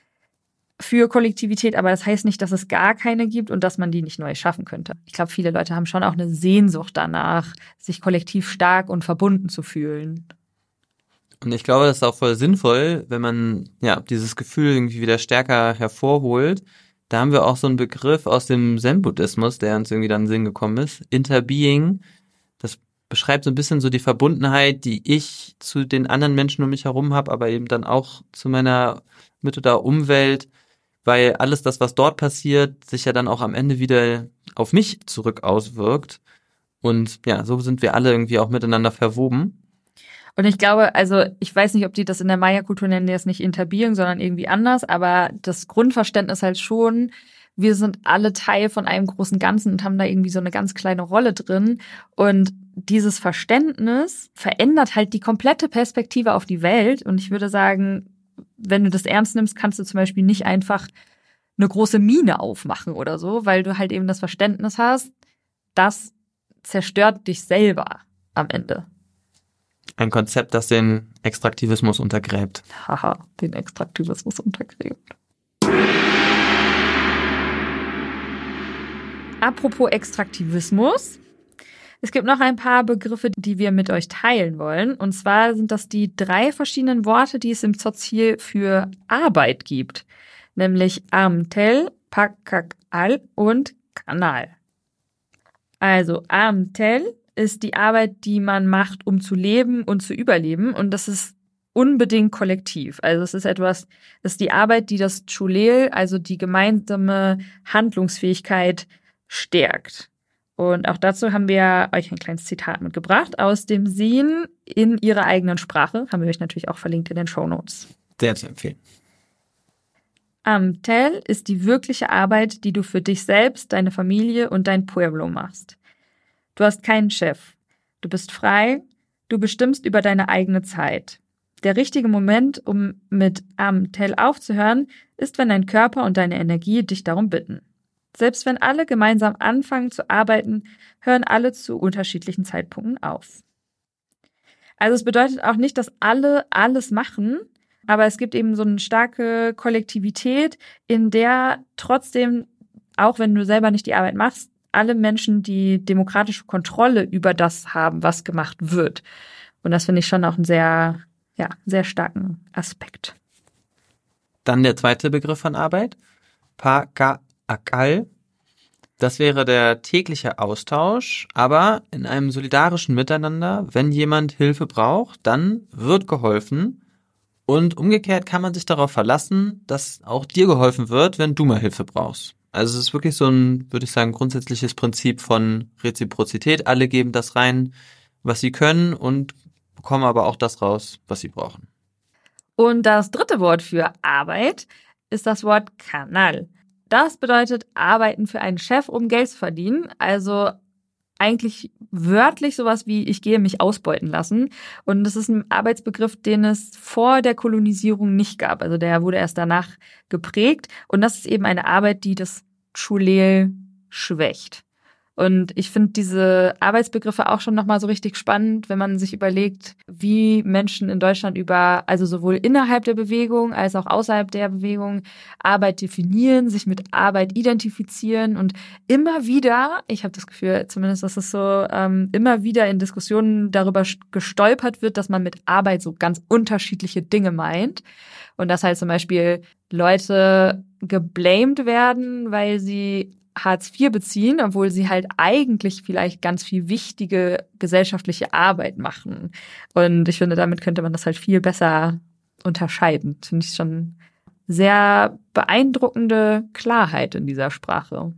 für Kollektivität, aber das heißt nicht, dass es gar keine gibt und dass man die nicht neu schaffen könnte. Ich glaube, viele Leute haben schon auch eine Sehnsucht danach, sich kollektiv stark und verbunden zu fühlen. Und ich glaube, das ist auch voll sinnvoll, wenn man ja dieses Gefühl irgendwie wieder stärker hervorholt. Da haben wir auch so einen Begriff aus dem Zen-Buddhismus, der uns irgendwie dann in den Sinn gekommen ist. Interbeing. Das beschreibt so ein bisschen so die Verbundenheit, die ich zu den anderen Menschen um mich herum habe, aber eben dann auch zu meiner Mit- oder Umwelt, weil alles das, was dort passiert, sich ja dann auch am Ende wieder auf mich zurück auswirkt. Und ja, so sind wir alle irgendwie auch miteinander verwoben. Und ich glaube, also ich weiß nicht, ob die das in der Maya-Kultur nennen, die das nicht Interbeing, sondern irgendwie anders, aber das Grundverständnis halt schon, wir sind alle Teil von einem großen Ganzen und haben da irgendwie so eine ganz kleine Rolle drin. Und dieses Verständnis verändert halt die komplette Perspektive auf die Welt. Und ich würde sagen, wenn du das ernst nimmst, kannst du zum Beispiel nicht einfach eine große Mine aufmachen oder so, weil du halt eben das Verständnis hast, das zerstört dich selber am Ende. Ein Konzept, das den Extraktivismus untergräbt. Haha, den Extraktivismus untergräbt. Apropos Extraktivismus. Es gibt noch ein paar Begriffe, die wir mit euch teilen wollen. Und zwar sind das die 3 verschiedenen Worte, die es im Tzotzil für Arbeit gibt. Nämlich Amtel, Pakakal und Kanal. Also Amtel ist die Arbeit, die man macht, um zu leben und zu überleben. Und das ist unbedingt kollektiv. Also es ist das ist die Arbeit, die das Tschulel, also die gemeinsame Handlungsfähigkeit, stärkt. Und auch dazu haben wir euch ein kleines Zitat mitgebracht aus dem Sin in ihrer eigenen Sprache. Haben wir euch natürlich auch verlinkt in den Shownotes. Sehr zu empfehlen. Amtel ist die wirkliche Arbeit, die du für dich selbst, deine Familie und dein Pueblo machst. Du hast keinen Chef. Du bist frei. Du bestimmst über deine eigene Zeit. Der richtige Moment, um mit Amtel aufzuhören, ist, wenn dein Körper und deine Energie dich darum bitten. Selbst wenn alle gemeinsam anfangen zu arbeiten, hören alle zu unterschiedlichen Zeitpunkten auf. Also es bedeutet auch nicht, dass alle alles machen, aber es gibt eben so eine starke Kollektivität, in der trotzdem, auch wenn du selber nicht die Arbeit machst, alle Menschen die demokratische Kontrolle über das haben, was gemacht wird. Und das finde ich schon auch einen sehr starken Aspekt. Dann der zweite Begriff von Arbeit, Pakakal. Das wäre der tägliche Austausch, aber in einem solidarischen Miteinander. Wenn jemand Hilfe braucht, dann wird geholfen. Und umgekehrt kann man sich darauf verlassen, dass auch dir geholfen wird, wenn du mal Hilfe brauchst. Also es ist wirklich so ein, würde ich sagen, grundsätzliches Prinzip von Reziprozität. Alle geben das rein, was sie können und bekommen aber auch das raus, was sie brauchen. Und das dritte Wort für Arbeit ist das Wort Kanal. Das bedeutet arbeiten für einen Chef, um Geld zu verdienen. Also eigentlich wörtlich sowas wie ich gehe mich ausbeuten lassen. Und das ist ein Arbeitsbegriff, den es vor der Kolonisierung nicht gab. Also der wurde erst danach geprägt. Und das ist eben eine Arbeit, die das Tschulel schwächt. Und ich finde diese Arbeitsbegriffe auch schon nochmal so richtig spannend, wenn man sich überlegt, wie Menschen in Deutschland also sowohl innerhalb der Bewegung als auch außerhalb der Bewegung Arbeit definieren, sich mit Arbeit identifizieren und immer wieder, ich habe das Gefühl, zumindest, dass es so immer wieder in Diskussionen darüber gestolpert wird, dass man mit Arbeit so ganz unterschiedliche Dinge meint. Und dass halt zum Beispiel Leute geblamed werden, weil sie Hartz IV beziehen, obwohl sie halt eigentlich vielleicht ganz viel wichtige gesellschaftliche Arbeit machen. Und ich finde, damit könnte man das halt viel besser unterscheiden. Das finde ich schon sehr beeindruckende Klarheit in dieser Sprache.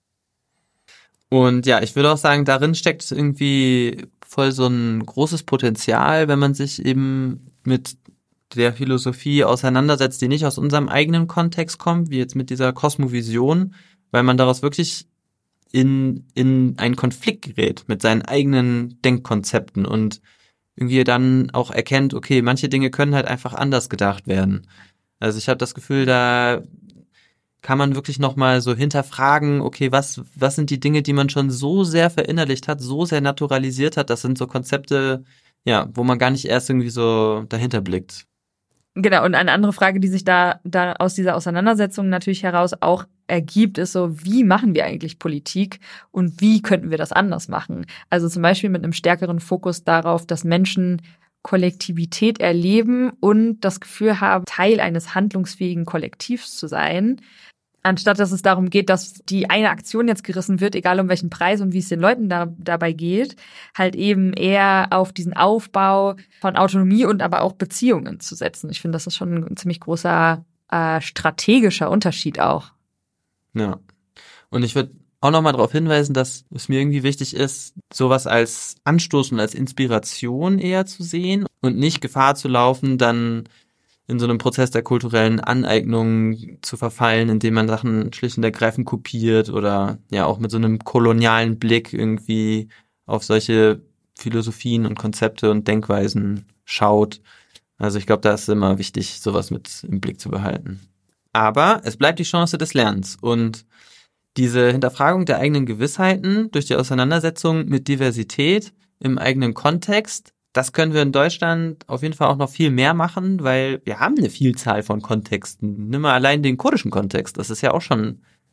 Und ja, ich würde auch sagen, darin steckt irgendwie voll so ein großes Potenzial, wenn man sich eben mit der Philosophie auseinandersetzt, die nicht aus unserem eigenen Kontext kommt, wie jetzt mit dieser Kosmovision, weil man daraus wirklich in einen Konflikt gerät mit seinen eigenen Denkkonzepten und irgendwie dann auch erkennt, okay, manche Dinge können halt einfach anders gedacht werden. Also ich habe das Gefühl, da kann man wirklich nochmal so hinterfragen, okay, was sind die Dinge, die man schon so sehr verinnerlicht hat, so sehr naturalisiert hat, das sind so Konzepte, ja, wo man gar nicht erst irgendwie so dahinter blickt. Genau, und eine andere Frage, die sich da aus dieser Auseinandersetzung natürlich heraus auch ergibt, ist so, wie machen wir eigentlich Politik und wie könnten wir das anders machen? Also zum Beispiel mit einem stärkeren Fokus darauf, dass Menschen Kollektivität erleben und das Gefühl haben, Teil eines handlungsfähigen Kollektivs zu sein, anstatt dass es darum geht, dass die eine Aktion jetzt gerissen wird, egal um welchen Preis und wie es den Leuten dabei geht, halt eben eher auf diesen Aufbau von Autonomie und aber auch Beziehungen zu setzen. Ich finde, das ist schon ein ziemlich großer strategischer Unterschied auch. Ja, und ich würde auch nochmal darauf hinweisen, dass es mir irgendwie wichtig ist, sowas als Anstoß und als Inspiration eher zu sehen und nicht Gefahr zu laufen, dann in so einem Prozess der kulturellen Aneignung zu verfallen, indem man Sachen schlicht und ergreifend kopiert oder ja auch mit so einem kolonialen Blick irgendwie auf solche Philosophien und Konzepte und Denkweisen schaut. Also ich glaube, da ist es immer wichtig, sowas mit im Blick zu behalten. Aber es bleibt die Chance des Lernens und diese Hinterfragung der eigenen Gewissheiten durch die Auseinandersetzung mit Diversität im eigenen Kontext, das können wir in Deutschland auf jeden Fall auch noch viel mehr machen, weil wir haben eine Vielzahl von Kontexten. Nimm mal allein den kurdischen Kontext. Das ist ja auch schon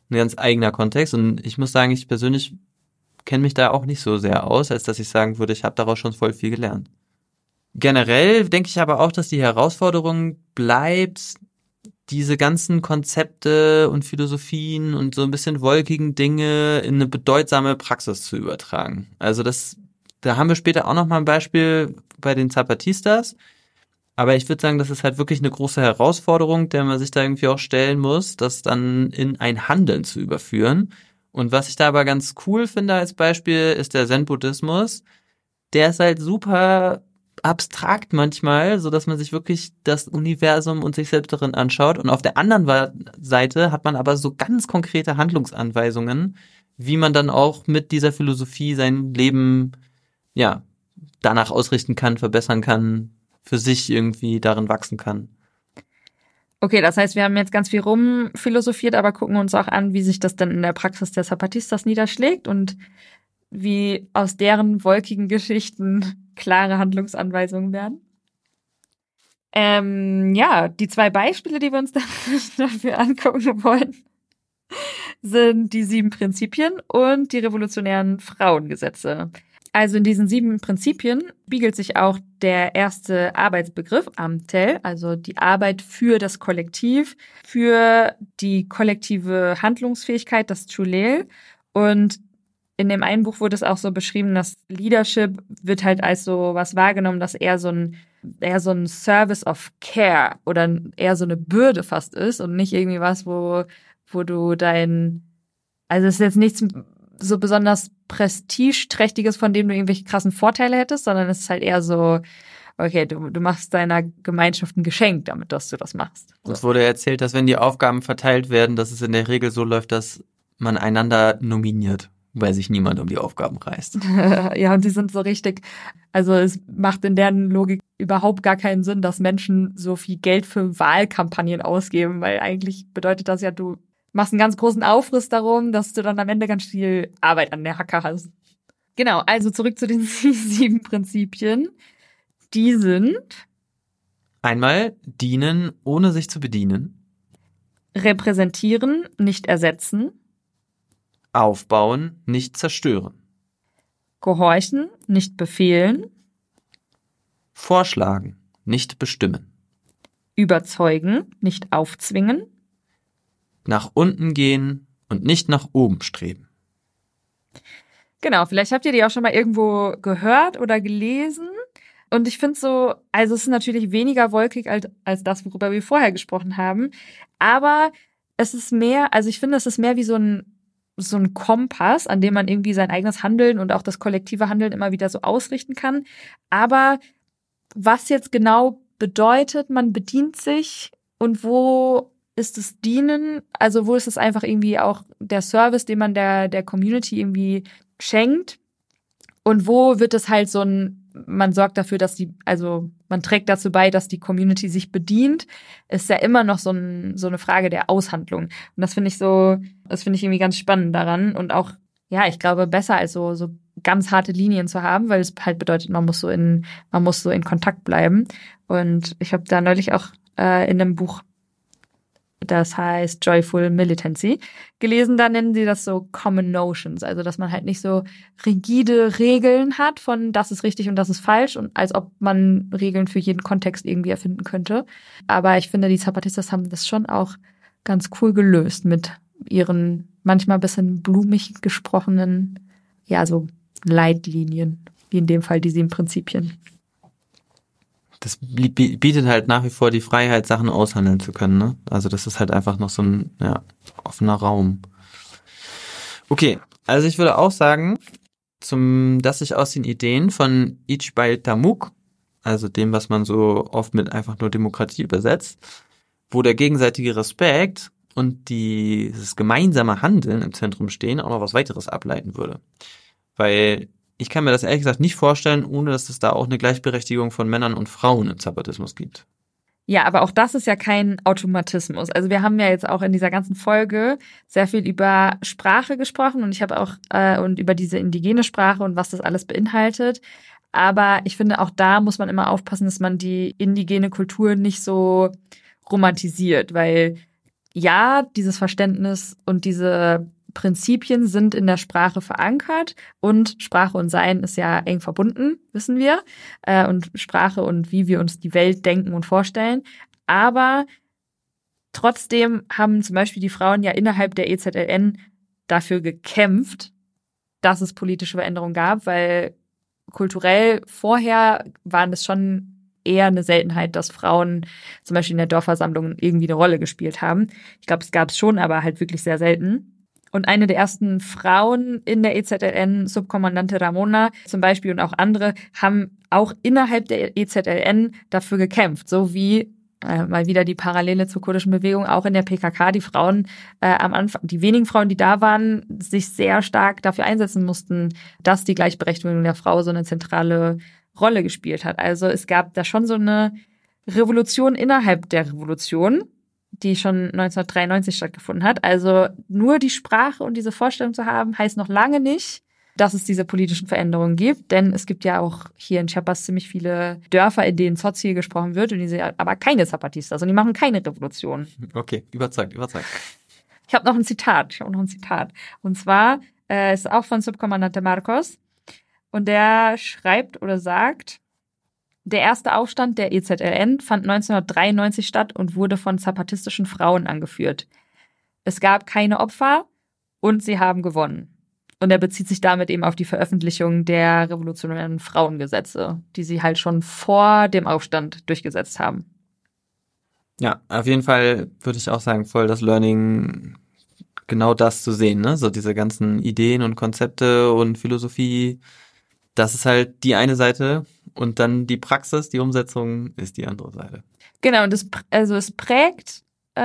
ein ganz eigener Kontext. Und ich muss sagen, ich persönlich kenne mich da auch nicht so sehr aus, als dass ich sagen würde, ich habe daraus schon voll viel gelernt. Generell denke ich aber auch, dass die Herausforderung bleibt, diese ganzen Konzepte und Philosophien und so ein bisschen wolkigen Dinge in eine bedeutsame Praxis zu übertragen. Also da haben wir später auch noch mal ein Beispiel bei den Zapatistas. Aber ich würde sagen, das ist halt wirklich eine große Herausforderung, der man sich da irgendwie auch stellen muss, das dann in ein Handeln zu überführen. Und was ich da aber ganz cool finde als Beispiel, ist der Zen-Buddhismus. Der ist halt super abstrakt manchmal, so dass man sich wirklich das Universum und sich selbst darin anschaut. Und auf der anderen Seite hat man aber so ganz konkrete Handlungsanweisungen, wie man dann auch mit dieser Philosophie sein Leben, ja, danach ausrichten kann, verbessern kann, für sich irgendwie darin wachsen kann. Okay, das heißt, wir haben jetzt ganz viel rumphilosophiert, aber gucken uns auch an, wie sich das dann in der Praxis der Zapatistas niederschlägt und wie aus deren wolkigen Geschichten klare Handlungsanweisungen werden. Die 2 Beispiele, die wir uns dafür angucken wollen, sind die 7 Prinzipien und die revolutionären Frauengesetze. Also in diesen 7 Prinzipien spiegelt sich auch der erste Arbeitsbegriff, Amtel, also die Arbeit für das Kollektiv, für die kollektive Handlungsfähigkeit, das Chulel. Und in dem einen Buch wurde es auch so beschrieben, dass Leadership wird halt als so was wahrgenommen, dass eher so ein Service of Care oder eher so eine Bürde fast ist und nicht irgendwie was, wo du also es ist jetzt nichts so besonders prestigeträchtiges, von dem du irgendwelche krassen Vorteile hättest, sondern es ist halt eher so, okay, du machst deiner Gemeinschaft ein Geschenk damit, dass du das machst. So. Es wurde erzählt, dass wenn die Aufgaben verteilt werden, dass es in der Regel so läuft, dass man einander nominiert, weil sich niemand um die Aufgaben reißt. Ja, und die sind so richtig, also es macht in deren Logik überhaupt gar keinen Sinn, dass Menschen so viel Geld für Wahlkampagnen ausgeben, weil eigentlich bedeutet das ja, du machst einen ganz großen Aufriss darum, dass du dann am Ende ganz viel Arbeit an der Hacke hast. Genau, also zurück zu den 7 Prinzipien. Die sind: Einmal dienen, ohne sich zu bedienen. Repräsentieren, nicht ersetzen. Aufbauen, nicht zerstören. Gehorchen, nicht befehlen. Vorschlagen, nicht bestimmen. Überzeugen, nicht aufzwingen. Nach unten gehen und nicht nach oben streben. Genau, vielleicht habt ihr die auch schon mal irgendwo gehört oder gelesen. Und ich finde so, also es ist natürlich weniger wolkig als das, worüber wir vorher gesprochen haben. Aber es ist mehr, also ich finde, es ist mehr wie so ein Kompass, an dem man irgendwie sein eigenes Handeln und auch das kollektive Handeln immer wieder so ausrichten kann. Aber was jetzt genau bedeutet, man bedient sich und wo ist es Dienen, also wo ist es einfach irgendwie auch der Service, den man der Community irgendwie schenkt und wo wird es halt man sorgt dafür, dass man trägt dazu bei, dass die Community sich bedient, ist ja immer noch so eine Frage der Aushandlung. Und das finde ich irgendwie ganz spannend daran und auch, ja, ich glaube, besser als so ganz harte Linien zu haben, weil es halt bedeutet, man muss so in Kontakt bleiben. Und ich habe da neulich auch in einem Buch, das heißt Joyful Militancy, gelesen, da nennen sie das so Common Notions, also dass man halt nicht so rigide Regeln hat von das ist richtig und das ist falsch und als ob man Regeln für jeden Kontext irgendwie erfinden könnte. Aber ich finde, die Zapatistas haben das schon auch ganz cool gelöst mit ihren manchmal ein bisschen blumig gesprochenen, ja, so Leitlinien, wie in dem Fall die 7 Prinzipien. Das bietet halt nach wie vor die Freiheit, Sachen aushandeln zu können, ne? Also das ist halt einfach noch so ein, offener Raum. Okay, also ich würde auch sagen, dass ich aus den Ideen von Ijbail Tamuk, also dem, was man so oft mit einfach nur Demokratie übersetzt, wo der gegenseitige Respekt und dieses gemeinsame Handeln im Zentrum stehen, auch noch was weiteres ableiten würde. Weil ich kann mir das ehrlich gesagt nicht vorstellen, ohne dass es da auch eine Gleichberechtigung von Männern und Frauen im Zapatismus gibt. Ja, aber auch das ist ja kein Automatismus. Also wir haben ja jetzt auch in dieser ganzen Folge sehr viel über Sprache gesprochen und ich habe auch und über diese indigene Sprache und was das alles beinhaltet. Aber ich finde, auch da muss man immer aufpassen, dass man die indigene Kultur nicht so romantisiert, weil ja, dieses Verständnis und diese Prinzipien sind in der Sprache verankert und Sprache und Sein ist ja eng verbunden, wissen wir. Und Sprache und wie wir uns die Welt denken und vorstellen. Aber trotzdem haben zum Beispiel die Frauen ja innerhalb der EZLN dafür gekämpft, dass es politische Veränderungen gab, weil kulturell vorher waren es schon eher eine Seltenheit, dass Frauen zum Beispiel in der Dorfversammlung irgendwie eine Rolle gespielt haben. Ich glaube, es gab es schon, aber halt wirklich sehr selten. Und eine der ersten Frauen in der EZLN, Subkommandante Ramona zum Beispiel und auch andere, haben auch innerhalb der EZLN dafür gekämpft, so wie mal wieder die Parallele zur kurdischen Bewegung, auch in der PKK, die Frauen am Anfang, die wenigen Frauen, die da waren, sich sehr stark dafür einsetzen mussten, dass die Gleichberechtigung der Frau so eine zentrale Rolle gespielt hat. Also es gab da schon so eine Revolution innerhalb der Revolution, die schon 1993 stattgefunden hat. Also nur die Sprache und diese Vorstellung zu haben, heißt noch lange nicht, dass es diese politischen Veränderungen gibt. Denn es gibt ja auch hier in Chiapas ziemlich viele Dörfer, in denen Tzotzil gesprochen wird und die sind aber keine Zapatistas und die machen keine Revolution. Okay, überzeugt. Ich habe noch ein Zitat. Und zwar ist auch von Subkommandante Marcos. Und der schreibt oder sagt, der erste Aufstand der EZLN fand 1993 statt und wurde von zapatistischen Frauen angeführt. Es gab keine Opfer und sie haben gewonnen. Und er bezieht sich damit eben auf die Veröffentlichung der revolutionären Frauengesetze, die sie halt schon vor dem Aufstand durchgesetzt haben. Ja, auf jeden Fall würde ich auch sagen, voll das Learning, genau das zu sehen, ne? So diese ganzen Ideen und Konzepte und Philosophie, das ist halt die eine Seite und dann die Praxis, die Umsetzung ist die andere Seite. Genau, und es prägt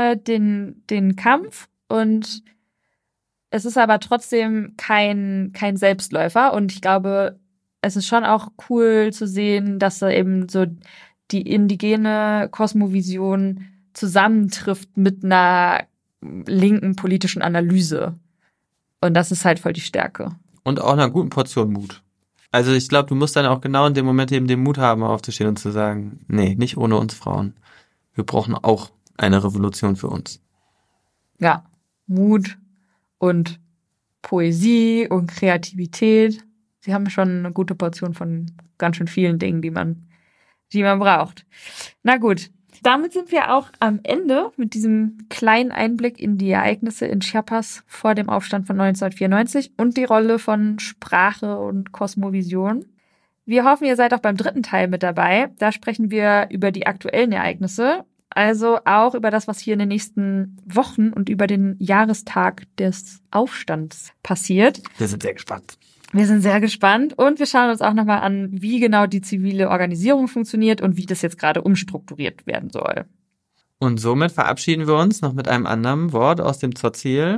den Kampf und es ist aber trotzdem kein Selbstläufer und ich glaube, es ist schon auch cool zu sehen, dass da eben so die indigene Kosmovision zusammentrifft mit einer linken politischen Analyse. Und das ist halt voll die Stärke. Und auch einer guten Portion Mut. Also ich glaube, du musst dann auch genau in dem Moment eben den Mut haben, aufzustehen und zu sagen, nee, nicht ohne uns Frauen. Wir brauchen auch eine Revolution für uns. Ja, Mut und Poesie und Kreativität. Sie haben schon eine gute Portion von ganz schön vielen Dingen, die man braucht. Na gut, damit sind wir auch am Ende mit diesem kleinen Einblick in die Ereignisse in Chiapas vor dem Aufstand von 1994 und die Rolle von Sprache und Kosmovision. Wir hoffen, ihr seid auch beim dritten Teil mit dabei. Da sprechen wir über die aktuellen Ereignisse, also auch über das, was hier in den nächsten Wochen und über den Jahrestag des Aufstands passiert. Wir sind sehr gespannt. Wir sind sehr gespannt und wir schauen uns auch nochmal an, wie genau die zivile Organisierung funktioniert und wie das jetzt gerade umstrukturiert werden soll. Und somit verabschieden wir uns noch mit einem anderen Wort aus dem Tzotzil.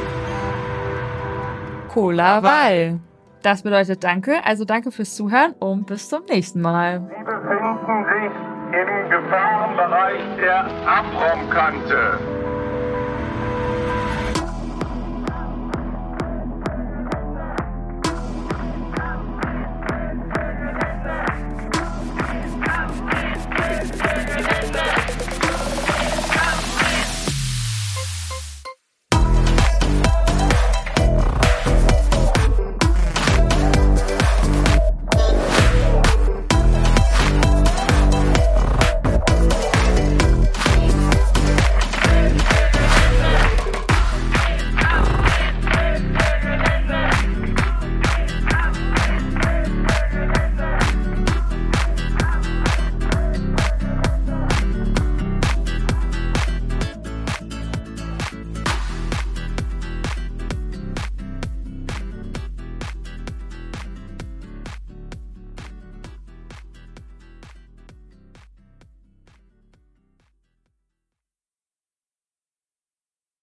Kolawal. Das bedeutet Danke, also danke fürs Zuhören und bis zum nächsten Mal. Sie befinden sich im Gefahrenbereich der Abraumkante.